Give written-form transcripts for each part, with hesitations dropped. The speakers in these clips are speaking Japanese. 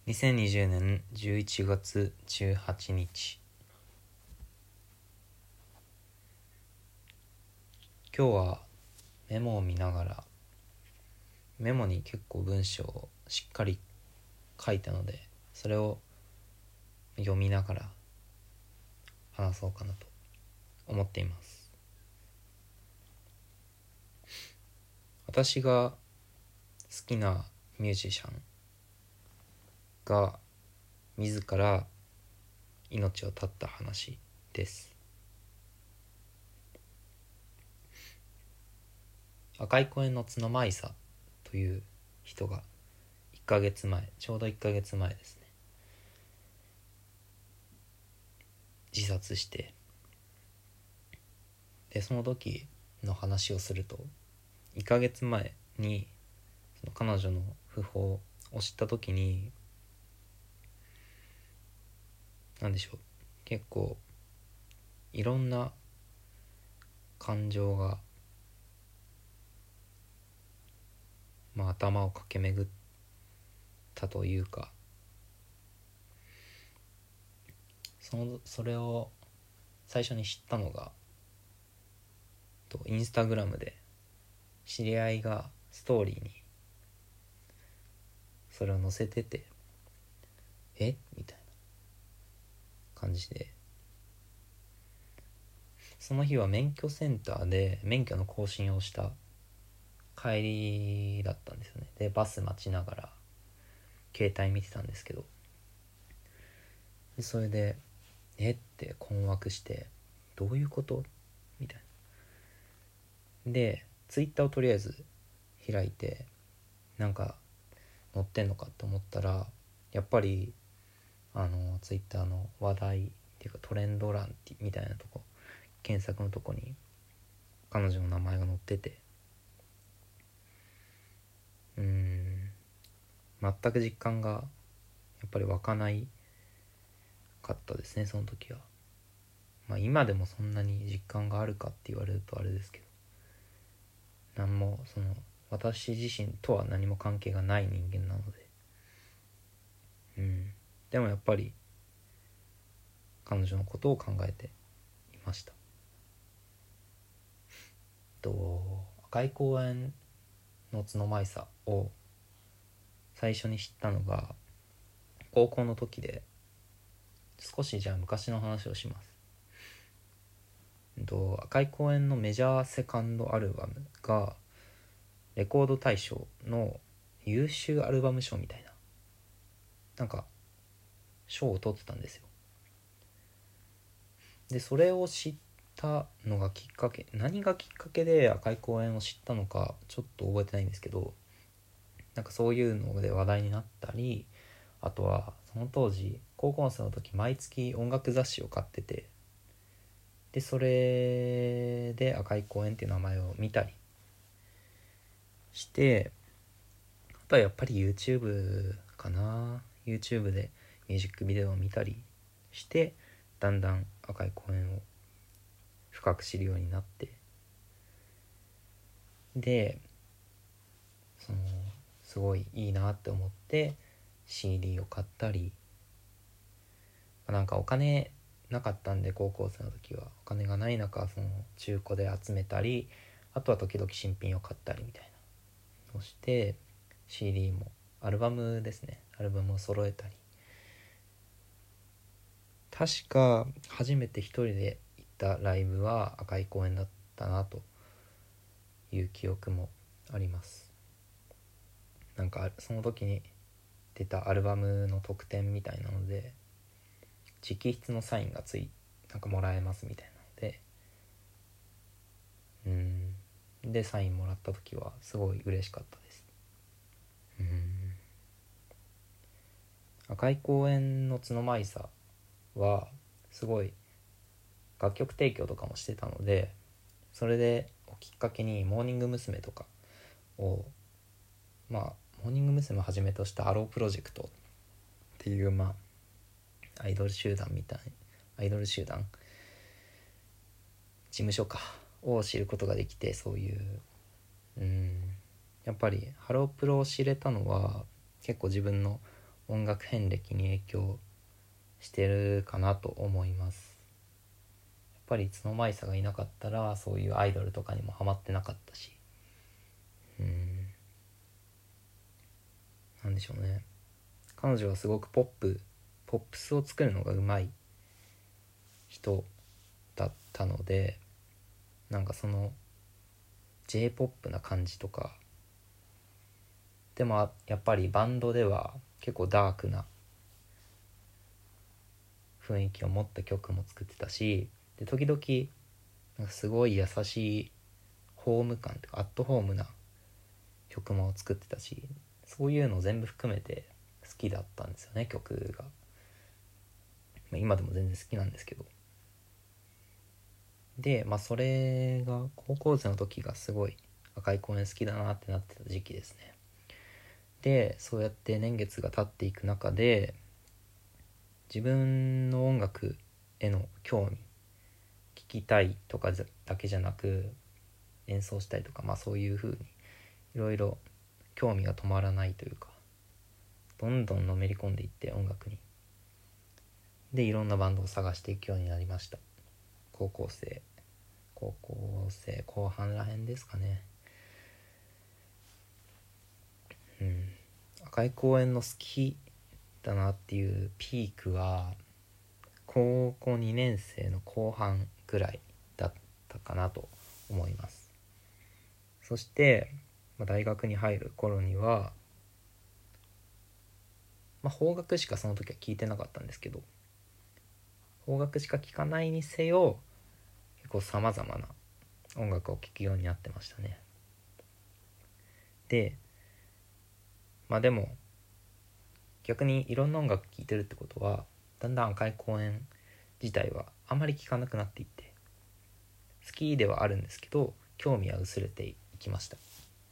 2020年11月18日。今日はメモを見ながら、メモに結構文章をしっかり書いたので、それを読みながら話そうかなと思っています。私が好きなミュージシャンが自ら命を絶った話です。赤い公園の角舞さという人が1ヶ月前、ちょうど1ヶ月前ですね、自殺して、でその時の話をすると、1ヶ月前にその彼女の訃報を知った時に、なんでしょう、結構いろんな感情が頭を駆け巡ったというか、それを最初に知ったのがインスタグラムで知り合いがストーリーにそれを載せてて、みたいな感じで、その日は免許センターで免許の更新をした帰りだったんですよね。でバス待ちながら携帯見てたんですけど、それでって困惑して、どういうことみたいな。でツイッターをとりあえず開いて、なんか載ってんのかと思ったら、やっぱりツイッターの話題っていうかトレンド欄みたいなとこ、検索のとこに彼女の名前が載ってて、全く実感がやっぱり湧かないかったですね、その時は。今でもそんなに実感があるかって言われるとあれですけど、なんも私自身とは何も関係がない人間なので、でもやっぱり彼女のことを考えていました。赤い公園の角舞さを最初に知ったのが高校の時で、少しじゃあ昔の話をします。赤い公園のメジャーセカンドアルバムがレコード大賞の優秀アルバム賞みたいな、なんか賞を取ってたんですよ。でそれを知ったのがきっかけ、何がきっかけで赤い公園を知ったのかちょっと覚えてないんですけど、なんかそういうので話題になったり、あとはその当時高校生の時毎月音楽雑誌を買ってて、でそれで赤い公園っていう名前を見たりして、あとはやっぱり YouTube かな、 YouTube でミュージックビデオを見たりして、だんだん赤い公園を深く知るようになって、ですごいいいなって思って CD を買ったり、なんかお金なかったんで、高校生の時はお金がない中、中古で集めたり、あとは時々新品を買ったりみたいな、そして CD もアルバムですね、アルバムを揃えたり、確か初めて一人で行ったライブは赤い公園だったなという記憶もあります。なんかその時に出たアルバムの特典みたいなので、直筆のサインがなんかもらえますみたいなので、サインもらった時はすごい嬉しかったです。赤い公園の角舞さはすごい楽曲提供とかもしてたので、それできっかけにモーニング娘。とかをモーニング娘。をはじめとしたアロープロジェクトっていうアイドル集団事務所を知ることができて、そういうやっぱりハロープロを知れたのは結構自分の音楽遍歴に影響してるかなと思います。やっぱり角舞さがいなかったらそういうアイドルとかにもハマってなかったし、なんでしょうね、彼女はすごくポップスを作るのが上手い人だったので、なんかその J-POP な感じとかでもやっぱりバンドでは結構ダークな雰囲気を持った曲も作ってたし、で時々なんかすごい優しいホーム感とかアットホームな曲も作ってたし、そういうのを全部含めて好きだったんですよね、曲が。今でも全然好きなんですけど。でそれが高校生の時がすごい赤い公園好きだなってなってた時期ですね。でそうやって年月が経っていく中で、自分の音楽への興味、聴きたいとかだけじゃなく演奏したいとか、そういう風にいろいろ興味が止まらないというか、どんどんのめり込んでいって音楽に。でいろんなバンドを探していくようになりました。高校生後半らへんですかね。赤い公園の好きだなっていうピークは高校2年生の後半ぐらいだったかなと思います。そして、大学に入る頃には、邦楽しかその時は聞いてなかったんですけど、邦楽しか聴かないにせよ結構さまざまな音楽を聴くようになってましたね。ででも逆にいろんな音楽聴いてるってことは、だんだん赤い公園自体はあまり聴かなくなっていって、好きではあるんですけど興味は薄れていきました。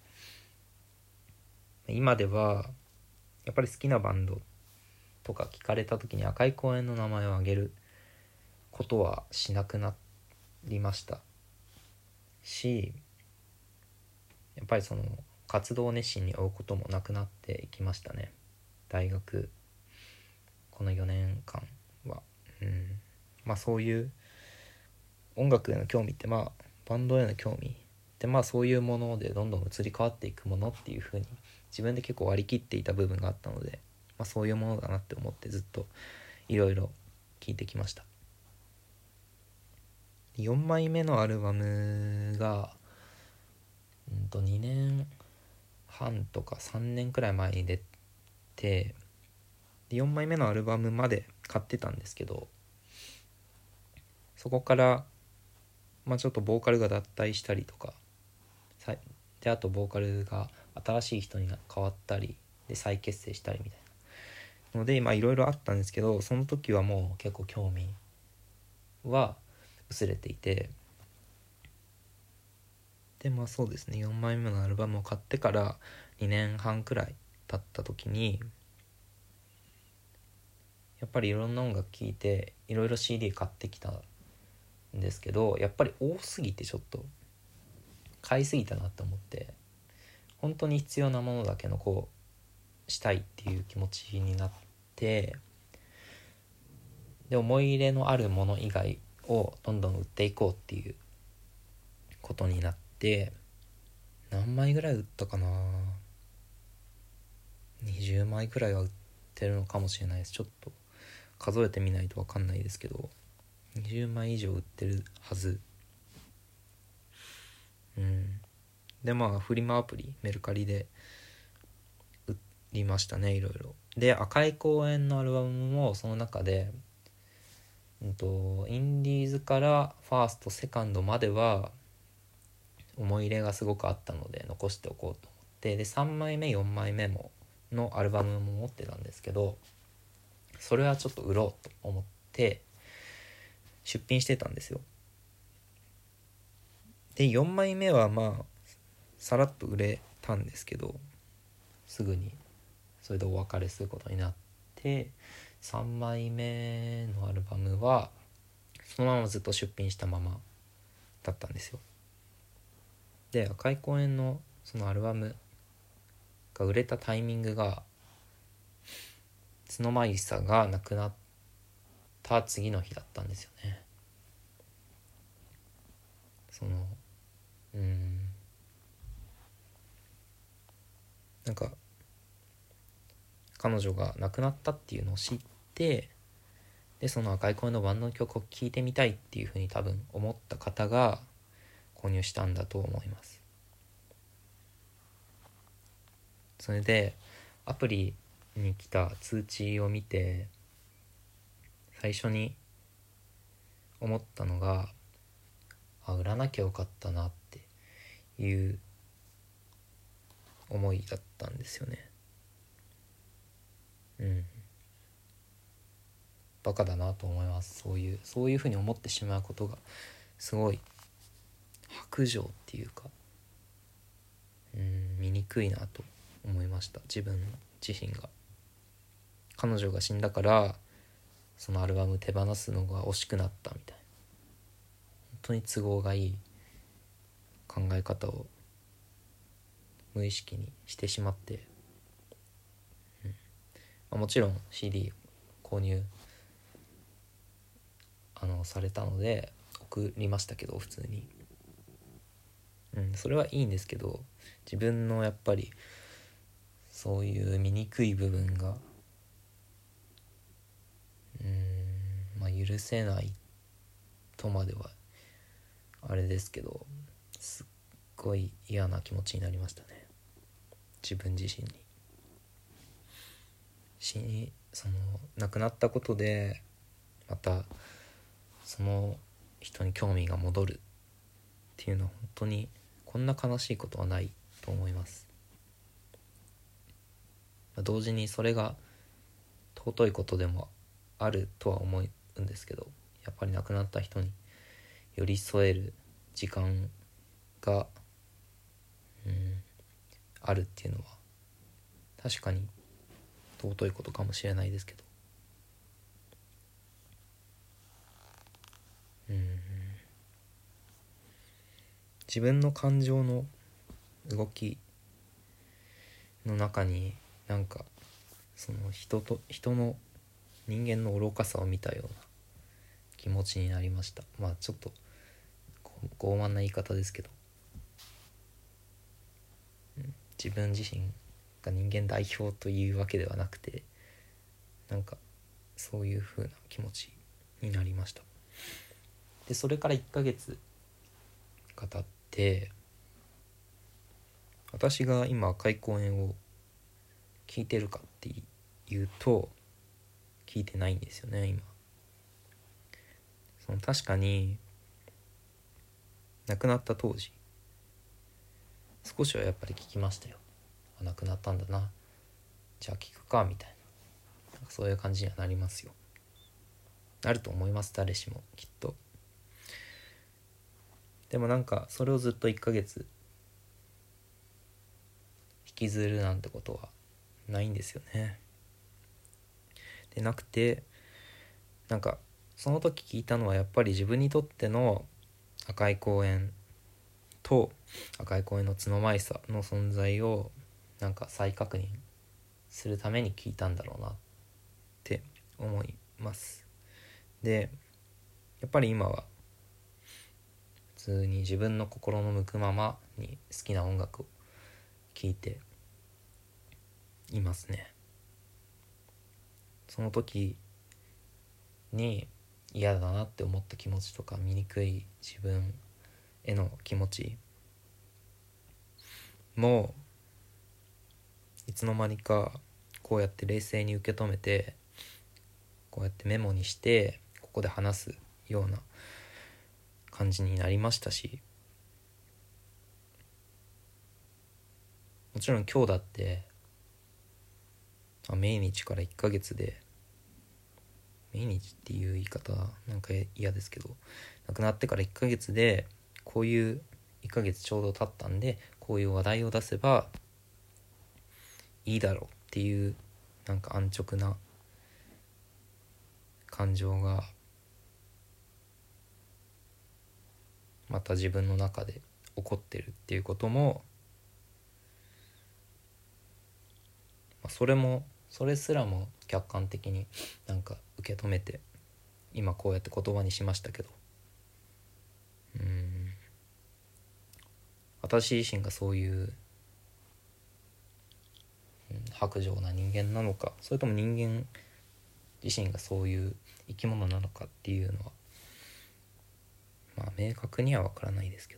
今ではやっぱり好きなバンドとか聞かれた時に赤い公園の名前を挙げることはしなくなりましたし、やっぱりその活動を熱心に追うこともなくなっていきましたね。大学この4年間はそういう音楽への興味ってバンドへの興味ってそういうものでどんどん移り変わっていくものっていう風に自分で結構割り切っていた部分があったので、そういうものだなって思ってずっといろいろ聴いてきました。4枚目のアルバムが2年半とか3年くらい前に出て、4枚目のアルバムまで買ってたんですけど、そこからちょっとボーカルが脱退したりとかで、あとボーカルが新しい人に変わったりで再結成したりみたいなのでいろいろあったんですけど、その時はもう結構興味は薄れていて、でそうですね、4枚目のアルバムを買ってから2年半くらい経った時に、やっぱりいろんな音楽聴いていろいろ CD 買ってきたんですけど、やっぱり多すぎてちょっと買いすぎたなって思って、本当に必要なものだけのしたいっていう気持ちになって、で思い入れのあるもの以外をどんどん売っていこうっていうことになって、何枚ぐらい売ったかな、20枚ぐらいは売ってるのかもしれないです。ちょっと数えてみないと分かんないですけど、20枚以上売ってるはず。でフリマアプリメルカリで売りましたね、いろいろ。で赤い公園のアルバムもその中でインディーズからファーストセカンドまでは思い入れがすごくあったので残しておこうと思って、で3枚目4枚目ものアルバムも持ってたんですけど、それはちょっと売ろうと思って出品してたんですよ。で4枚目はさらっと売れたんですけど、すぐにそれでお別れすることになって、3枚目のアルバムはそのままずっと出品したままだったんですよ。で赤い公園のそのアルバムが売れたタイミングがつの間にさが亡くなった次の日だったんですよね。なんか彼女が亡くなったっていうのを知って、でその赤い声のバンドの曲を聴いてみたいっていうふうに多分思った方が購入したんだと思います。それでアプリに来た通知を見て最初に思ったのが、売らなきゃよかったなっていう思いだったんですよね。バカだなと思います。そういうふうに思ってしまうことがすごい薄情っていうか、醜いなと思いました。自分自身が彼女が死んだからそのアルバム手放すのが惜しくなったみたいな、本当に都合がいい考え方を無意識にしてしまって、もちろん CD 購入されたので送りましたけど、普通に、それはいいんですけど、自分のやっぱりそういう醜い部分が許せないとまではあれですけど、すっごい嫌な気持ちになりましたね、自分自身に。亡くなったことでまたその人に興味が戻るっていうのは本当にこんな悲しいことはないと思います。同時にそれが尊いことでもあるとは思うんですけど、やっぱり亡くなった人に寄り添える時間があるっていうのは確かに尊いことかもしれないですけど、自分の感情の動きの中になんかその人の人間の愚かさを見たような気持ちになりました。ちょっと傲慢な言い方ですけど、自分自身が人間代表というわけではなくて、なんかそういう風な気持ちになりました。でそれから1ヶ月が経って、私が今赤い公園を聞いてるかっていうと聞いてないんですよね。今確かに亡くなった当時少しはやっぱり聞きましたよ。亡くなったんだな、じゃあ聞くかみたいな、そういう感じにはなりますよ。なると思います、誰しもきっと。でもなんかそれをずっと1ヶ月引きずるなんてことはないんですよね。でなくて、なんかその時聞いたのはやっぱり自分にとっての赤い公園と赤い公園の角舞さの存在をなんか再確認するために聞いたんだろうなって思います。でやっぱり今は普通に自分の心の向くままに好きな音楽を聴いていますね。その時に嫌だなって思った気持ちとか、醜い自分への気持ちもいつの間にかこうやって冷静に受け止めて、こうやってメモにしてここで話すような感じになりましたし、もちろん今日だって命日から1ヶ月で、命日っていう言い方なんか嫌ですけど、亡くなってから1ヶ月でこういう1ヶ月ちょうど経ったんでこういう話題を出せばいいだろうっていうなんか安直な感情がまた自分の中で起こってるっていうことも、それもそれすらも客観的になんか受け止めて今こうやって言葉にしましたけど、私自身がそういう、薄情な人間なのか、それとも人間自身がそういう生き物なのかっていうのは明確には分からないですけど、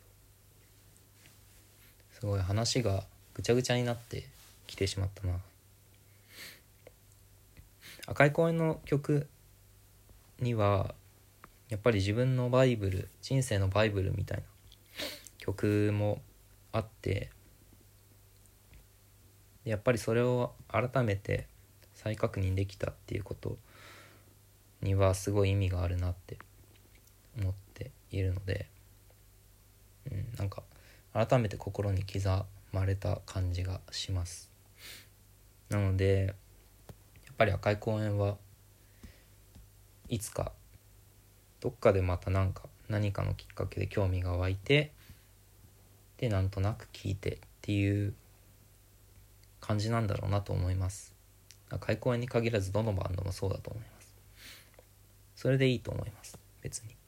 すごい話がぐちゃぐちゃになってきてしまったな。赤い公園の曲にはやっぱり自分のバイブル、人生のバイブルみたいな曲もあって、やっぱりそれを改めて再確認できたっていうことにはすごい意味があるなって思っているので、なんか改めて心に刻まれた感じがします。なのでやっぱり赤い公園はいつかどっかでまた何かのきっかけで興味が湧いて、でなんとなく聴いてっていう感じなんだろうなと思います。赤い公園に限らずどのバンドもそうだと思います。それでいいと思います。別に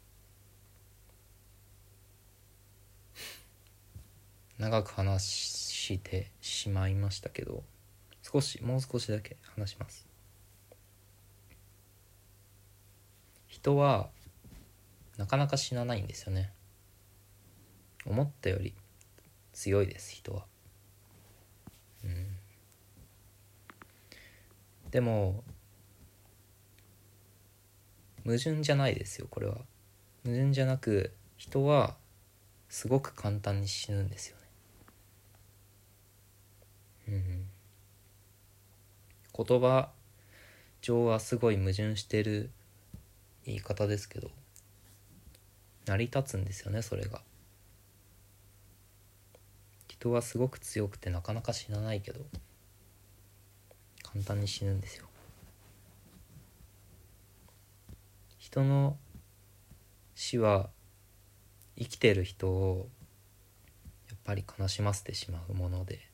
長く話してしまいましたけど、もう少しだけ話します。人はなかなか死なないんですよね。思ったより強いです、人は。でも矛盾じゃないですよ、これは。矛盾じゃなく、人はすごく簡単に死ぬんですよね。言葉上はすごい矛盾してる言い方ですけど、成り立つんですよね、それが。人はすごく強くてなかなか死なないけど簡単に死ぬんですよ。人の死は生きてる人をやっぱり悲しませてしまうもので、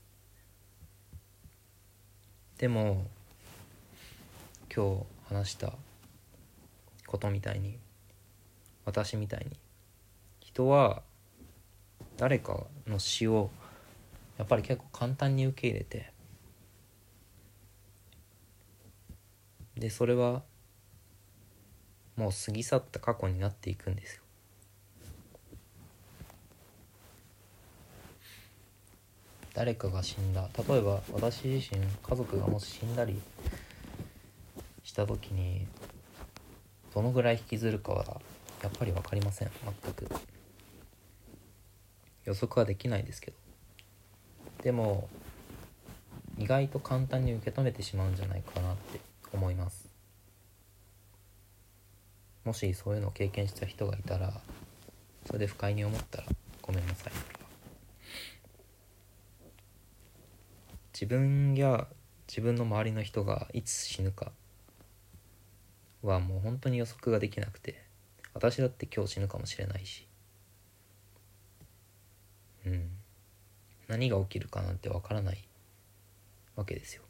でも今日話したことみたいに、私みたいに人は誰かの死をやっぱり結構簡単に受け入れて、でそれはもう過ぎ去った過去になっていくんですよ。誰かが死んだ、例えば私自身家族がもし死んだりした時にどのぐらい引きずるかはやっぱり分かりません。全く予測はできないですけど、でも意外と簡単に受け止めてしまうんじゃないかなって思います。もしそういうのを経験した人がいたら、それで不快に思ったらごめんなさい。自分や自分の周りの人がいつ死ぬかはもう本当に予測ができなくて、私だって今日死ぬかもしれないし、何が起きるかなんてわからないわけですよ。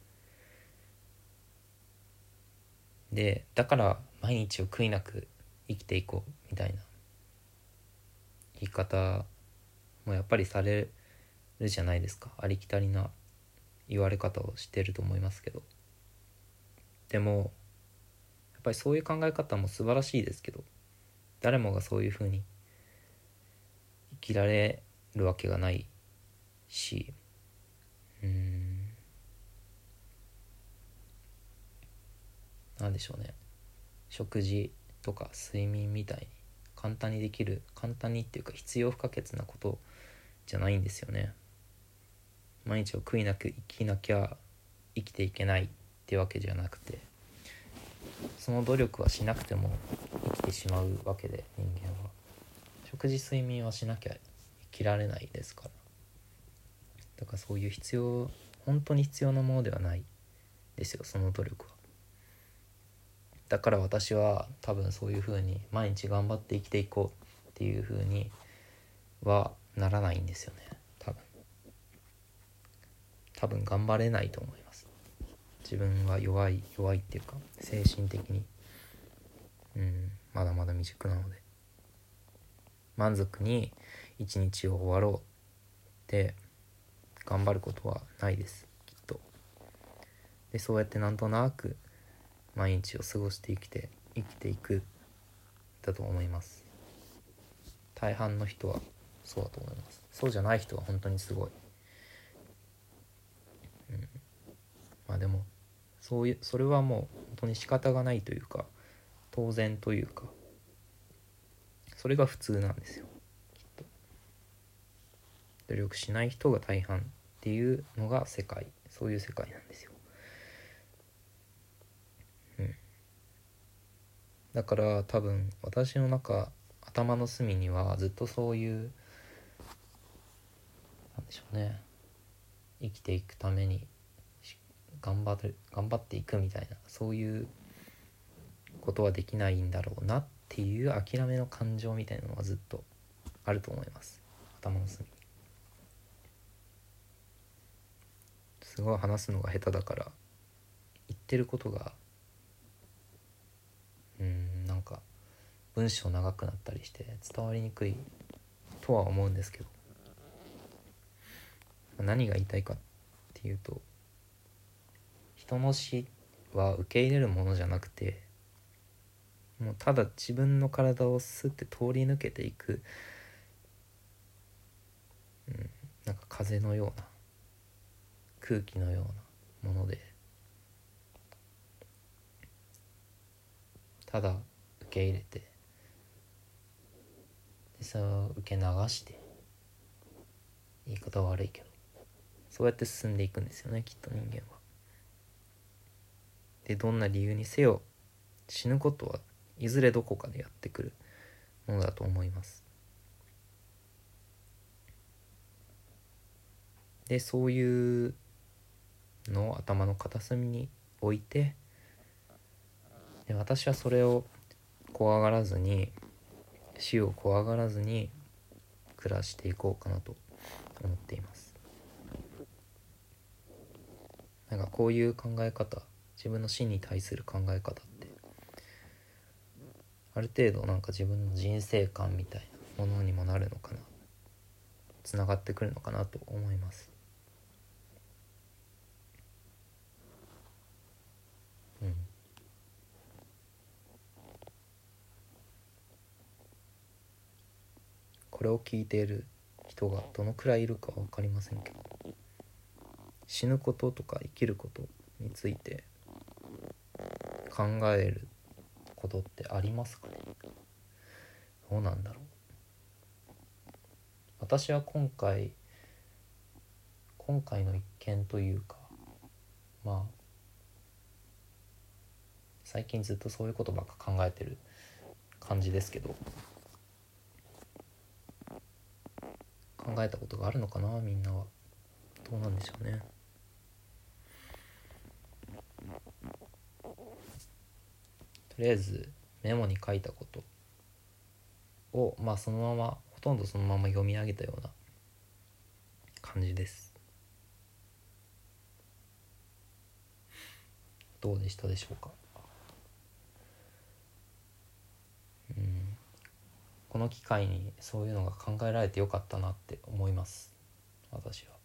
でだから毎日を悔いなく生きていこうみたいな言い方もやっぱりされるじゃないですか。ありきたりな言われ方をしてると思いますけど、でもやっぱりそういう考え方も素晴らしいですけど、誰もがそういうふうに生きられるわけがないし、なんでしょうね、食事とか睡眠みたいに簡単にできる、簡単にっていうか必要不可欠なことじゃないんですよね。毎日を悔いなく生きなきゃ生きていけないってわけじゃなくて、その努力はしなくても生きてしまうわけで、人間は食事睡眠はしなきゃ生きられないですから。だからそういう本当に必要なものではないですよ、その努力は。だから私は多分そういう風に毎日頑張って生きていこうっていう風にはならないんですよね。多分頑張れないと思います。 自分は弱いっていうか精神的にまだまだ未熟なので、満足に一日を終わろうって頑張ることはないです、きっと。でそうやってなんとなく毎日を過ごして生きていくだと思います。大半の人はそうだと思います。そうじゃない人は本当にすごい。まあでもそれはもう本当に仕方がないというか当然というか、それが普通なんですよ、きっと。努力しない人が大半っていうのがそういう世界なんですよ。だから多分私の頭の隅にはずっとそういうなんでしょうね、生きていくために頑張っていくみたいな、そういうことはできないんだろうなっていう諦めの感情みたいなのはずっとあると思います、頭の隅に。すごい話すのが下手だから言ってることがなんか文章長くなったりして伝わりにくいとは思うんですけど、何が言いたいかっていうと、人の死は受け入れるものじゃなくて、もうただ自分の体をスッて通り抜けていく、なんか風のような空気のようなもので、ただ受け入れて、でそれを受け流して、言い方は悪いけどそうやって進んでいくんですよね、きっと人間は。でどんな理由にせよ死ぬことはいずれどこかでやってくるものだと思います。でそういうのを頭の片隅に置いて、で私はそれを怖がらずに、死を怖がらずに暮らしていこうかなと思っています。なんかこういう考え方、自分の死に対する考え方ってある程度なんか自分の人生観みたいなものにもなるのかな、つながってくるのかなと思います。これを聞いている人がどのくらいいるかは分かりませんけど、死ぬこととか生きることについて考えることってありますかね。どうなんだろう。私は今回の一件というか、まあ最近ずっとそういうことばっか考えてる感じですけど、考えたことがあるのかな、みんなは。どうなんでしょうね。とりあえずメモに書いたことをそのままほとんどそのまま読み上げたような感じです。どうでしたでしょうか。この機会にそういうのが考えられてよかったなって思います、私は。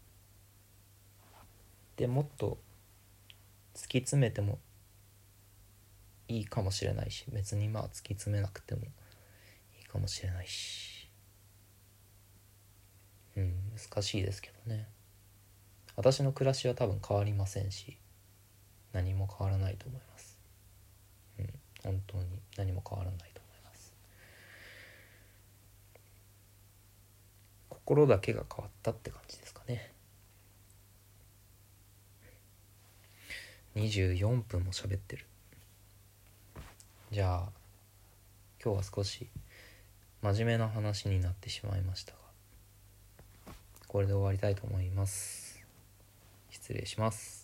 でもっと突き詰めてもいいかもしれないし、別に突き詰めなくてもいいかもしれないし、難しいですけどね。私の暮らしは多分変わりませんし、何も変わらないと思います。本当に何も変わらないと思います。心だけが変わったって感じですかね。24分も喋ってる。じゃあ今日は少し真面目な話になってしまいましたが、これで終わりたいと思います。失礼します。